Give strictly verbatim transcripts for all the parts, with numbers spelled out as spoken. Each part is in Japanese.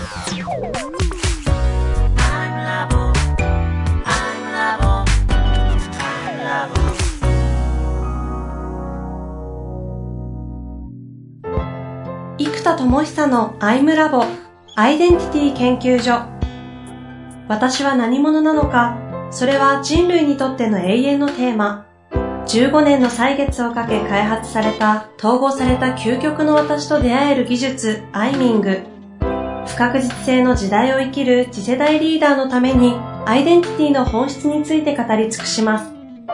生田智久のアイムラボアイデンティティ研究所。私は何者なのか、それは人類にとっての永遠のテーマ。じゅうごねんの歳月をかけ開発された統合された究極の私と出会える技術アイミング。不確実性の時代を生きる次世代リーダーのためにアイデンティティの本質について語り尽くします。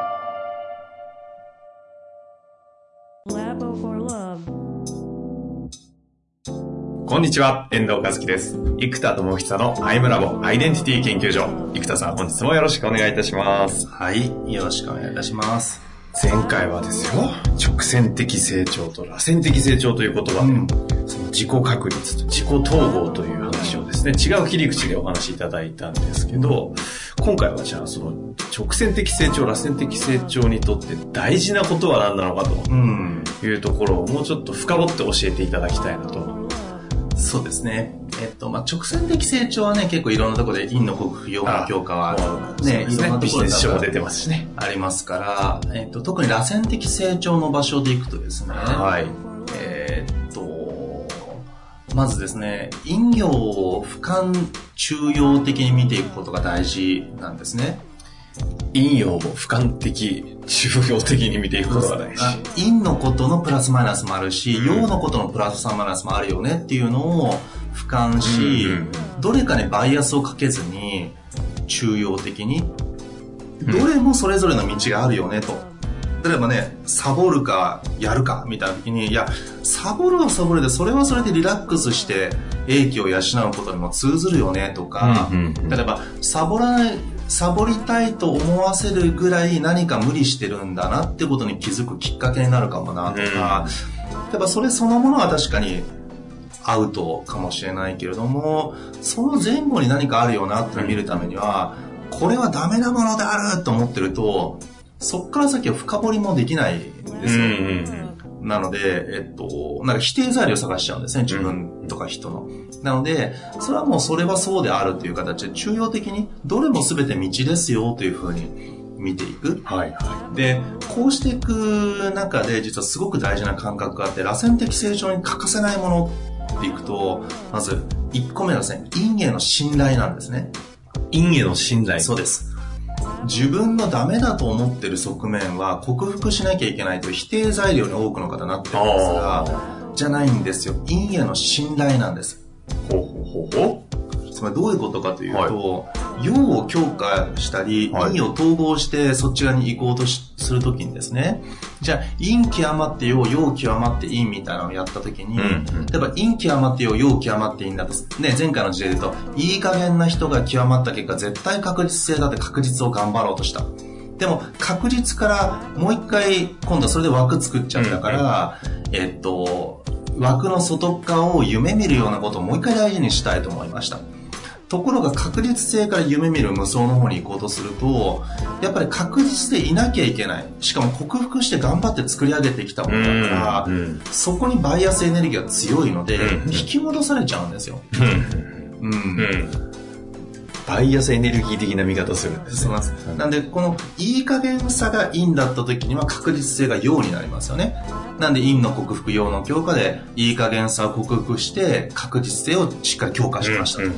こんにちは、遠藤和樹です。生田智久のアイムラボアイデンティティ研究所。生田さん、本日もよろしくお願いいたします。 はい、よろしくお願いいたします。 前回はですよ、直線的成長と螺旋的成長という言葉で、うん、その自己確立と自己統合という話をですね、違う切り口でお話しいただいたんですけど、今回はじゃあその直線的成長、螺旋的成長にとって大事なことは何なのかというところをもうちょっと深掘って教えていただきたいなと。 そうですね。えっと、まあ、直線的成長はね、結構いろんなところで陰の克服、陽の強化はね、いろんなところで書も出てますしね。 ありますから、えっと、特に螺旋的成長の場所でいくとですね、 はい。 えっと、まずですね、陰陽を俯瞰中庸的に見ていくことが大事なんですね。 陰陽を俯瞰的、中庸的に見ていくことが大事。 陰のことのプラスマイナスもあるし、陽、うん、のことのプラスマイナスもあるよねっていうのを俯瞰し、うんうん、どれかにバイアスをかけずに中庸的に、どれもそれぞれの道があるよねと。例えばね、サボるかやるかみたいな時に、いや、サボるはサボるで、それはそれでリラックスして英気を養うことにも通ずるよねとか、うんうんうん、例えばサボらないサボりたいと思わせるぐらい何か無理してるんだなってことに気づくきっかけになるかもなとか、うん、例えばそれそのものは確かにアウトかもしれないけれども、その前後に何かあるよなってのを見るためには、これはダメなものであると思ってると、そっから先は深掘りもできないんですよ。うんうんうん、なので、えっと、なんか否定材料を探しちゃうんですね、自分とか人の。なので、それはもうそれはそうであるという形で、中庸的にどれも全て道ですよというふうに見ていく。 はいはい。 で、こうしていく中で、実はすごく大事な感覚があって、螺旋的成長に欠かせないものっていくと、まずいっこめはですね、陰への信頼なんですね。 陰への信頼。 そうです。自分のダメだと思ってる側面は克服しなきゃいけないという否定材料に多くの方なってるんですが、じゃないんですよ。陰への信頼なんです。 ほうほうほうほう。つまりどういうことかというと、はい、陽を強化したり、はい、陰を統合してそっち側に行こうとするときにですね、じゃあ陰極まって陽、陽極まって陰みたいなのをやったときに、うんうん、例えば陰極まって陽、陽極まって陰だと、ね、前回の事例で言うと、いい加減な人が極まった結果、絶対確実性だって確実を頑張ろうとした。でも確実からもう一回今度はそれで枠作っちゃったから、うんうん、えっと枠の外側を夢見るようなことをもう一回大事にしたいと思いました。ところが確実性から夢見る無双の方に行こうとすると、やっぱり確実でいなきゃいけない。しかも克服して頑張って作り上げてきたものだから、うんうん、そこにバイアスエネルギーが強いので、うんうん、引き戻されちゃうんですよ。うんうんうんバイアスエネルギー的な見方するんです、ね、 そうなんで、このいい加減さが陰だった時には確実性が陽になりますよね。なんで陰の克服、陽の強化でいい加減さを克服して確実性をしっかり強化してました、うんうん、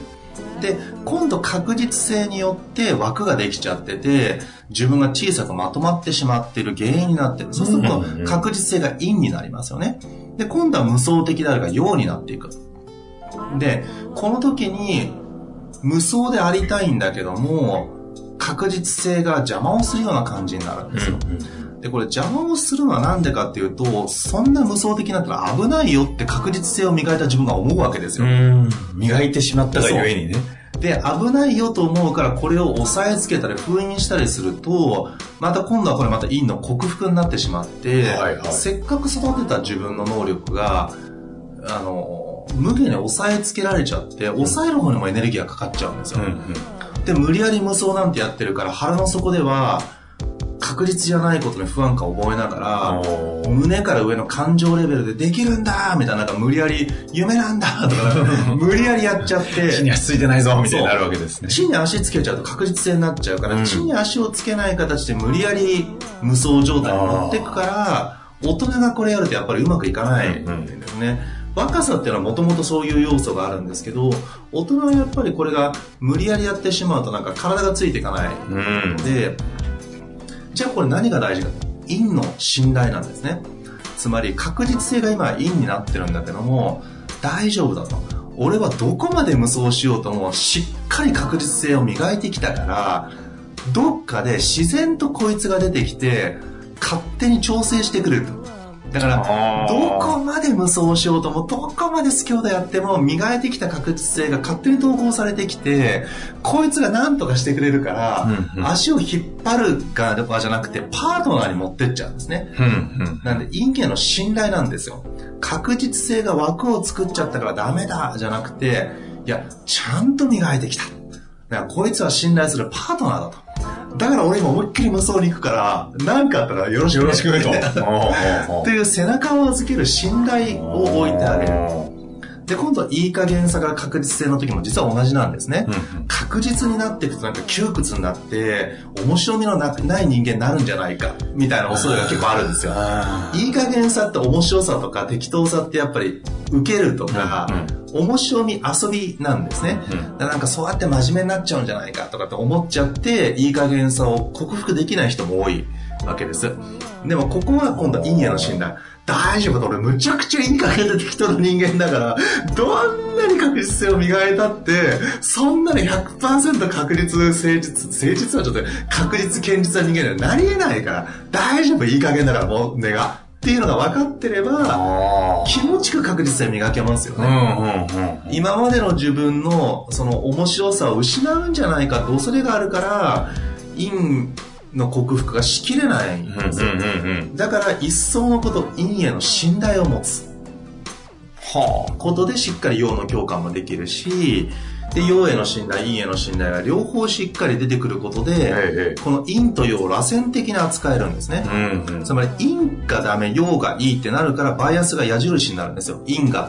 で、今度確実性によって枠ができちゃってて、自分が小さくまとまってしまっている原因になっている。そうすると確実性が陰になりますよね。で、今度は無双的であるが陽になっていく。で、この時に無双でありたいんだけども、確実性が邪魔をするような感じになるんですよ。うんうん、で、これ邪魔をするのはなんでかっていうと、そんな無双的になったら危ないよって確実性を磨いた自分が思うわけですよ。 うん磨いてしまったがゆえにね。 で、危ないよと思うからこれを押さえつけたり封印したりすると、また今度はこれまた陰の克服になってしまって、はいはい、せっかく育てた自分の能力が、あの、無限に押さえつけられちゃって、抑える方にもエネルギーがかかっちゃうんですよ。うんうん、で、無理やり無双なんてやってるから腹の底では確確実じゃないことに不安感を覚えながら、胸から上の感情レベルでできるんだみたいな、なんか無理やり夢なんだとか無理やりやっちゃって地に足ついてないぞみたいになるわけですね。 地に足つけちゃうと確実性になっちゃうから、うん、地に足をつけない形で無理やり無双状態に持っていくから、大人がこれやるとやっぱりうまくいかないんですね、うんうん、若さっていうのはもともとそういう要素があるんですけど、大人はやっぱりこれが無理やりやってしまうとなんか体がついていかないので、うん、じゃあこれ何が大事か、陰の信頼なんですね。つまり確実性が今陰になってるんだけども、大丈夫だと、俺はどこまで無双しようともしっかり確実性を磨いてきたから、どっかで自然とこいつが出てきて勝手に調整してくれると。だからどこまで無双しようとも、どこまで好き放題やっても磨いてきた確実性が勝手に統合されてきて、こいつが何とかしてくれるから、うんうん、足を引っ張るかとかじゃなくてパートナーに持ってっちゃうんですね、うんうん、なんで陰への信頼なんですよ。確実性が枠を作っちゃったからダメだじゃなくて、いやちゃんと磨いてきた、だからこいつは信頼するパートナーだと。だから俺今思いっきり無双に行くから何かあったらよろしく、ね、よろしくねとっていう背中を預ける信頼を置いてあげる。で今度はいい加減さが確実性の時も実は同じなんですね、うんうん、確実になっていくとなんか窮屈になって面白みのない人間になるんじゃないかみたいな恐れが結構あるんですよ。いい加減さって面白さとか適当さってやっぱり受けるとか、うんうん、面白み遊びなんですね、うん、だなんかそうやって真面目になっちゃうんじゃないかとかって思っちゃっていい加減さを克服できない人も多いわけです。でもここは今度は陰への信頼。大丈夫だ、俺むちゃくちゃいい加減で適当な人間だからどんなに確実性を磨いたってそんなに ひゃくパーセント 確実誠実誠実はちょっと確実堅実な人間にはなり得ないから大丈夫、いい加減だからもう根がっていうのが分かってれば気持ちよく確実性磨けますよね、うんうんうん、今までの自分のその面白さを失うんじゃないかって恐れがあるから陰の克服がしきれないんですよ、うんうんうん、だから一層のこと陰への信頼を持つ、はあ、ことでしっかり陽の共感もできるし、で陽への信頼陰への信頼が両方しっかり出てくることで、ええ、この陰と陽を螺旋的に扱えるんですね、うんうん、つまり陰がダメ陽がいいってなるからバイアスが矢印になるんですよ。陰が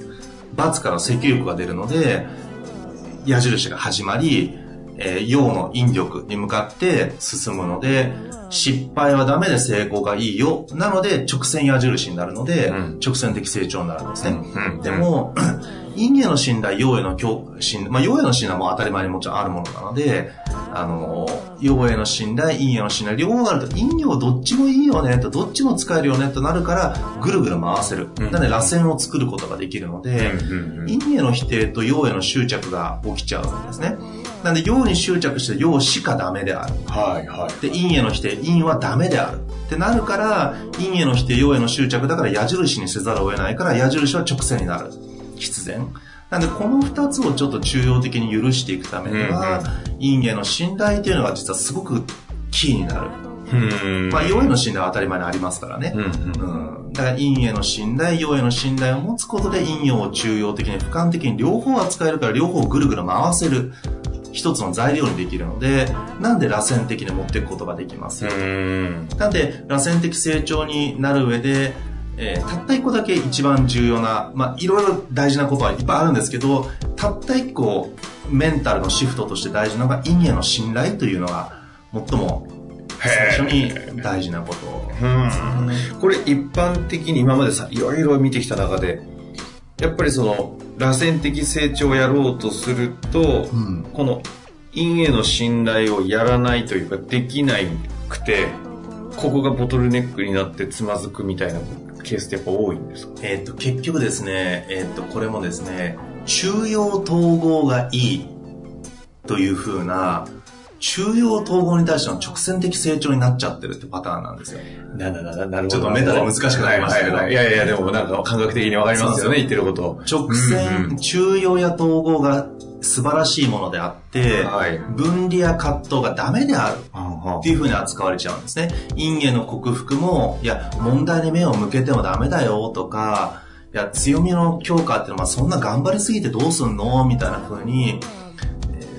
××から積力が出るので矢印が始まり、えー、陽の引力に向かって進むので失敗はダメで成功がいいよなので直線矢印になるので、うん、直線的成長になるんですね、うんうん、でも陰への信頼陽への信頼、まあ、陽への信頼も当たり前にもちろんあるものなのであの陽への信頼陰への信頼両方があると陰陽どっちもいいよねとどっちも使えるよねとなるからぐるぐる回せる、うん、なので螺旋を作ることができるので、うんうんうん、陰への否定と陽への執着が起きちゃうんですね。なんで陽に執着して陽しかダメである、はいはい、で陰への否定陰はダメであるってなるから陰への否定陽への執着だから矢印にせざるを得ないから矢印は直線になる必然なんでこのふたつをちょっと中庸的に許していくためには、うんうん、陰への信頼っていうのが実はすごくキーになる、うんまあ、陽への信頼は当たり前にありますからね、うんうんうん、だから陰への信頼陽への信頼を持つことで陰陽を中庸的に俯瞰的に両方扱えるから両方をぐるぐる回せる一つの材料にできるのでなんで螺旋的に持っていくことができますよ。うんなんで螺旋的成長になる上で、えー、たった一個だけ一番重要なまあいろいろ大事なことはいっぱいあるんですけどたった一個メンタルのシフトとして大事なのが陰への信頼というのが最も最初に大事なことですね。 これ一般的に今までさいろいろ見てきた中でやっぱりその螺旋的成長をやろうとすると、うん、この陰への信頼をやらないというかできなくてここがボトルネックになってつまずくみたいなケースってやっぱ多いんですか？ えー、と結局ですね、えー、とこれもですね中庸統合がいいという風な中庸統合に対しての直線的成長になっちゃってるってパターンなんですよ。 ななななるほど。 ちょっとメタで難しくなりましたけど、はいはいはい、 いやいやでもなんか感覚的にわかりますよね言ってること。 直線、うんうん、中庸や統合が素晴らしいものであって、はい、分離や葛藤がダメであるっていう風に扱われちゃうんですね。陰への克服もいや問題に目を向けてもダメだよとかいや強みの強化っていうのはそんな頑張りすぎてどうすんのみたいな風に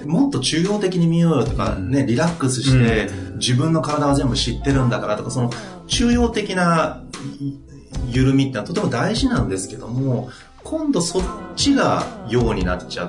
もっと中庸的に見ようよとか、ね、リラックスして、自分の体は全部知ってるんだからとか、その中庸的な緩みってのはとても大事なんですけども、今度そっちが陽になっちゃって、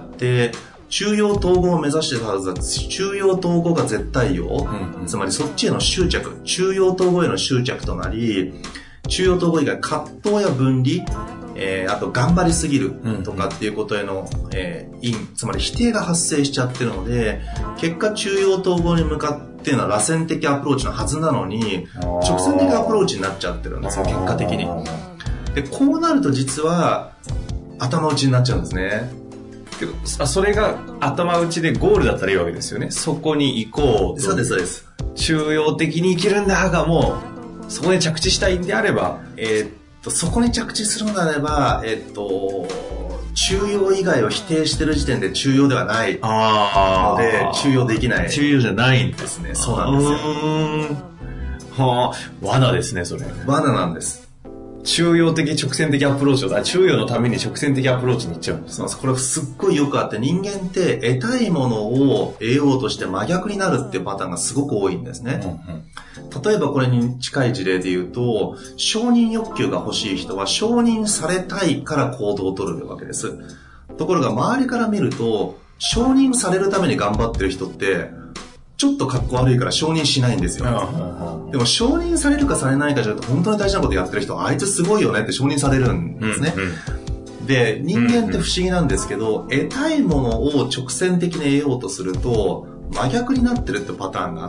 中庸統合を目指してたはずだ。中庸統合が絶対陽、うんうん、つまりそっちへの執着、中庸統合への執着となり、中庸統合以外葛藤や分離、えー、あと頑張りすぎるとかっていうことへの、うんうん、えー、因、つまり否定が発生しちゃってるので、結果中庸統合に向かってのは螺旋的アプローチのはずなのに、直線的アプローチになっちゃってるんですよ、結果的に。で、こうなると実は頭打ちになっちゃうんですね。 けどそれが頭打ちでゴールだったらいいわけですよね。そこに行こうと。 そうですそうです。 中庸的に生きるんだが、もうそこに着地したいんであれば、 えー、っとそこに着地するのであれば、えー、っと中庸以外を否定してる時点で中庸ではないので、中庸できない。 中庸じゃないんですね。 そうなんですよ。 はあ、罠ですね、それ。 罠なんです。 中庸的直線的アプローチを、中庸のために直線的アプローチに行っちゃうんです。 そうです。これすっごいよくあって、人間って得たいものを得ようとして真逆になるっていうパターンがすごく多いんですね。うんうん、例えばこれに近い事例で言うと、承認欲求が欲しい人は承認されたいから行動を取るわけです。ところが周りから見ると、承認されるために頑張ってる人って、ちょっと格好悪いから承認しないんですよ。でも承認されるかされないかじゃなくて本当に大事なことやってる人はあいつすごいよねって承認されるんですね。うんうん、で、人間って不思議なんですけど、うんうん、得たいものを直線的に得ようとすると真逆になってるってパターンがあって、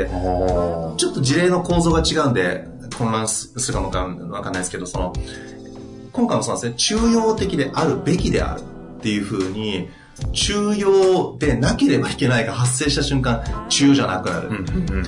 ちょっと事例の構造が違うんで混乱するかもわかんないですけど、その今回もそうなんですね。中庸的であるべきであるっていう風に中庸でなければいけないが発生した瞬間、中庸じゃなくなる。うんうんうん、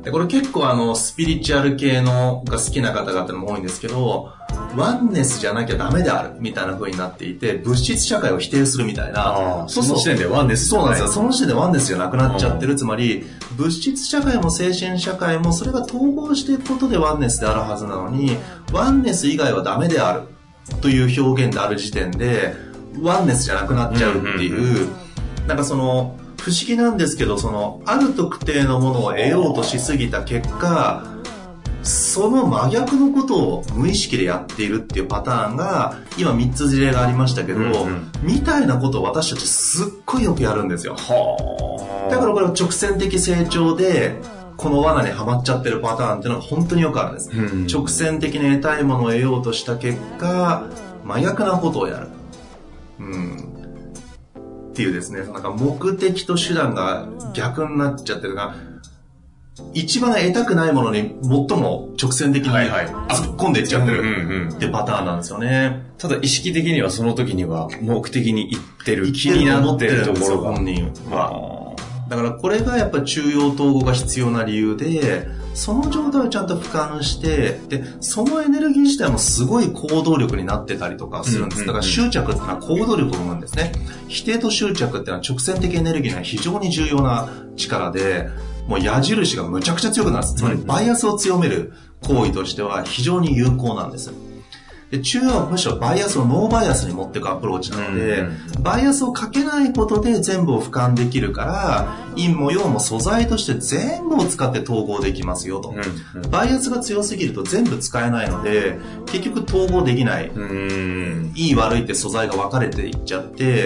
でこれ結構あの、スピリチュアル系のが好きな方々も多いんですけど、ワンネスじゃなきゃダメであるみたいな風になっていて、物質社会を否定するみたいな。 その時点でワンネスじゃない。そうなんですよ。その時点でワンネスじゃなくなっちゃってる。つまり、物質社会も精神社会もそれが統合していくことでワンネスであるはずなのに、ワンネス以外はダメであるという表現である時点で、ワンネスじゃなくなっちゃうっていう、うんうんうん、なんかその不思議なんですけど、そのある特定のものを得ようとしすぎた結果、その真逆のことを無意識でやっているっていうパターンが今みっつ事例がありましたけど、うんうん、みたいなことを私たちすっごいよくやるんですよ。はだからこれ直線的成長でこの罠にはまっちゃってるパターンっていうのが本当によくあるんです、うんうん、直線的に得たいものを得ようとした結果真逆なことをやる、うん、っていうですね、なんか目的と手段が逆になっちゃってるが、一番得たくないものに最も直線的に突っ込んでいっちゃってるってパターンなんですよね。 ただ意識的にはその時には目的に行ってる気になってるところが、 本人は。だからこれがやっぱり中庸統合が必要な理由で、その状態をちゃんと俯瞰して、で、そのエネルギー自体もすごい行動力になってたりとかするんです。だから執着っていうのは行動力を生むんですね。否定と執着っていうのは直線的エネルギーが非常に重要な力で、もう矢印がむちゃくちゃ強くなるんです。つまりバイアスを強める行為としては非常に有効なんです。で、中庸はむしろバイアスをノーバイアスに持っていくアプローチなので、バイアスをかけないことで全部を俯瞰できるから、陰も陽も素材として全部を使って統合できますよと。バイアスが強すぎると全部使えないので、結局統合できない。いい悪いって素材が分かれていっちゃって、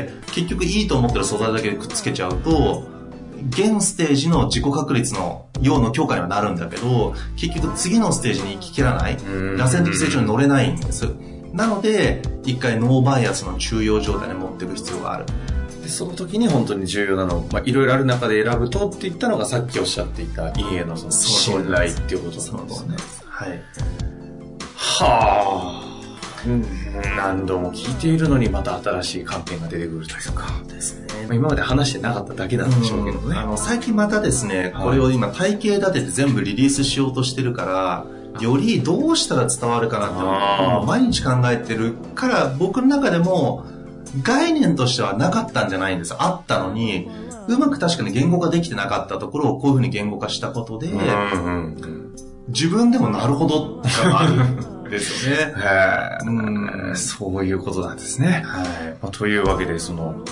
結局いいと思ってる素材だけでくっつけちゃうと、現ステージの自己確率の陽の強化にはなるんだけど、結局次のステージに行ききらない、螺旋的成長に乗れないんです。なので一回ノーバイアスの中庸状態に持っていく必要がある。 でその時に本当に重要なの、まあ、いろいろある中で選ぶとって言ったのがさっきおっしゃっていた陰へのその信頼っていうことなんですね。 はい。 はあ。うん、何度も聞いているのにまた新しい観点が出てくるというかですね。今まで話してなかっただけなんでしょうけどね。うん、 あの最近またですね、これを今体系立てて全部リリースしようとしてるから、よりどうしたら伝わるかなっていうのを毎日考えてるから、僕の中でも概念としてはなかったんじゃないんです。あったのに、うまく確かに言語化できてなかったところをこういうふうに言語化したことで、うんうん、自分でもなるほどってある。ですよね。 うん、そういうことなんですね。はい。まあ、というわけで、その、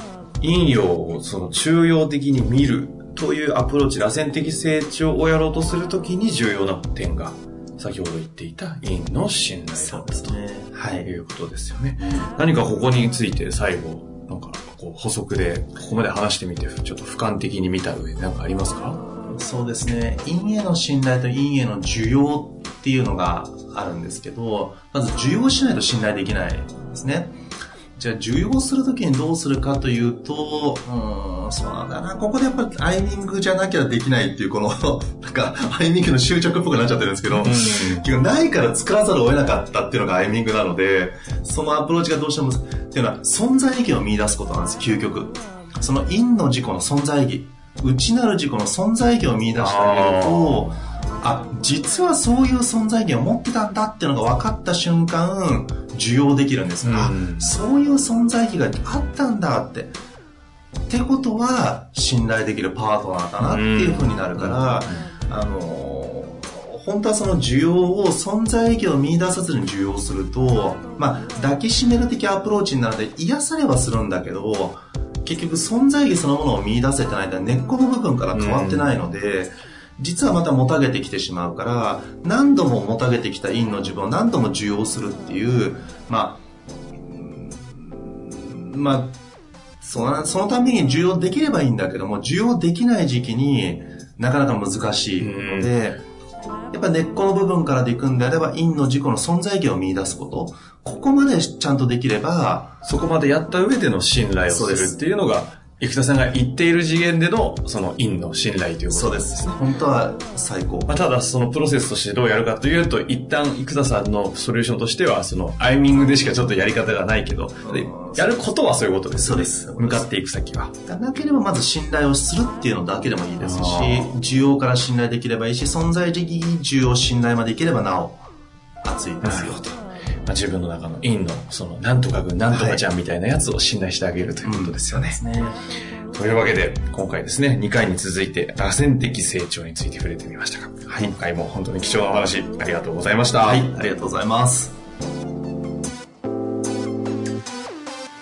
陰陽をその中庸的に見るというアプローチ、螺旋的成長をやろうとするときに重要な点が、先ほど言っていた陰の信頼だったと、ね、はい、いうことですよね。何かここについて最後、なんかこう補足で、ここまで話してみて、ちょっと俯瞰的に見た上で何かありますか？ そうですね。陰への信頼と陰への需要っていうのがあるんですけど、まず需要しないと信頼できないですね。じゃあ需要するときにどうするかというと、うーん、そうなんだな。ここでやっぱりアイミングじゃなきゃできないっていうこの、なんかアイミングの執着っぽくなっちゃってるんですけど、うん、ないから作らざるを得なかったっていうのがアイミングなので、そのアプローチがどうしても、っていうのは存在意義を見出すことなんです、究極。その陰の自己の存在意義、内なる自己の存在意義を見出してあげると、あ、実はそういう存在意義を持ってたんだっていうのが分かった瞬間、受容できるんです、うん、あ、そういう存在意義があったんだってってことは信頼できるパートナーだなっていう風になるから、うん、あの本当はその需要を存在意義を見出さずに受容すると、まあ、抱きしめる的アプローチになるので癒されはするんだけど、結局存在意義そのものを見出せてないと根っこの部分から変わってないので、うん、実はまたもたげてきてしまうから、何度ももたげてきた陰の自分を何度も受容するっていう、まあ、まあ、その、そのために受容できればいいんだけども、受容できない時期になかなか難しいので、やっぱ根っこの部分からでいくんであれば、陰の自己の存在意義を見出すこと、ここまでちゃんとできれば、 そこまでやった上での信頼をするっていうのが、生田さんが言っている次元でのその陰の信頼ということですね。 そうです。本当は最高。 まあ、ただそのプロセスとしてどうやるかというと、一旦生田さんのソリューションとしてはそのアイミングでしかちょっとやり方がないけど、やることはそういうことです。 そうです。 向かっていく先は。 なければまず信頼をするっていうのだけでもいいですし、需要から信頼できればいいし、存在的需要信頼までいければなお熱いですよと。 まあ、自分の中の陰のそのなんとか君なんとかちゃんみたいなやつを信頼してあげるということですよね。 はい、うん、そうですね。 というわけで今回ですね、にかいに続いて螺旋的成長について触れてみましたが、はい、今回も本当に貴重なお話ありがとうございました。 はい、ありがとうございます。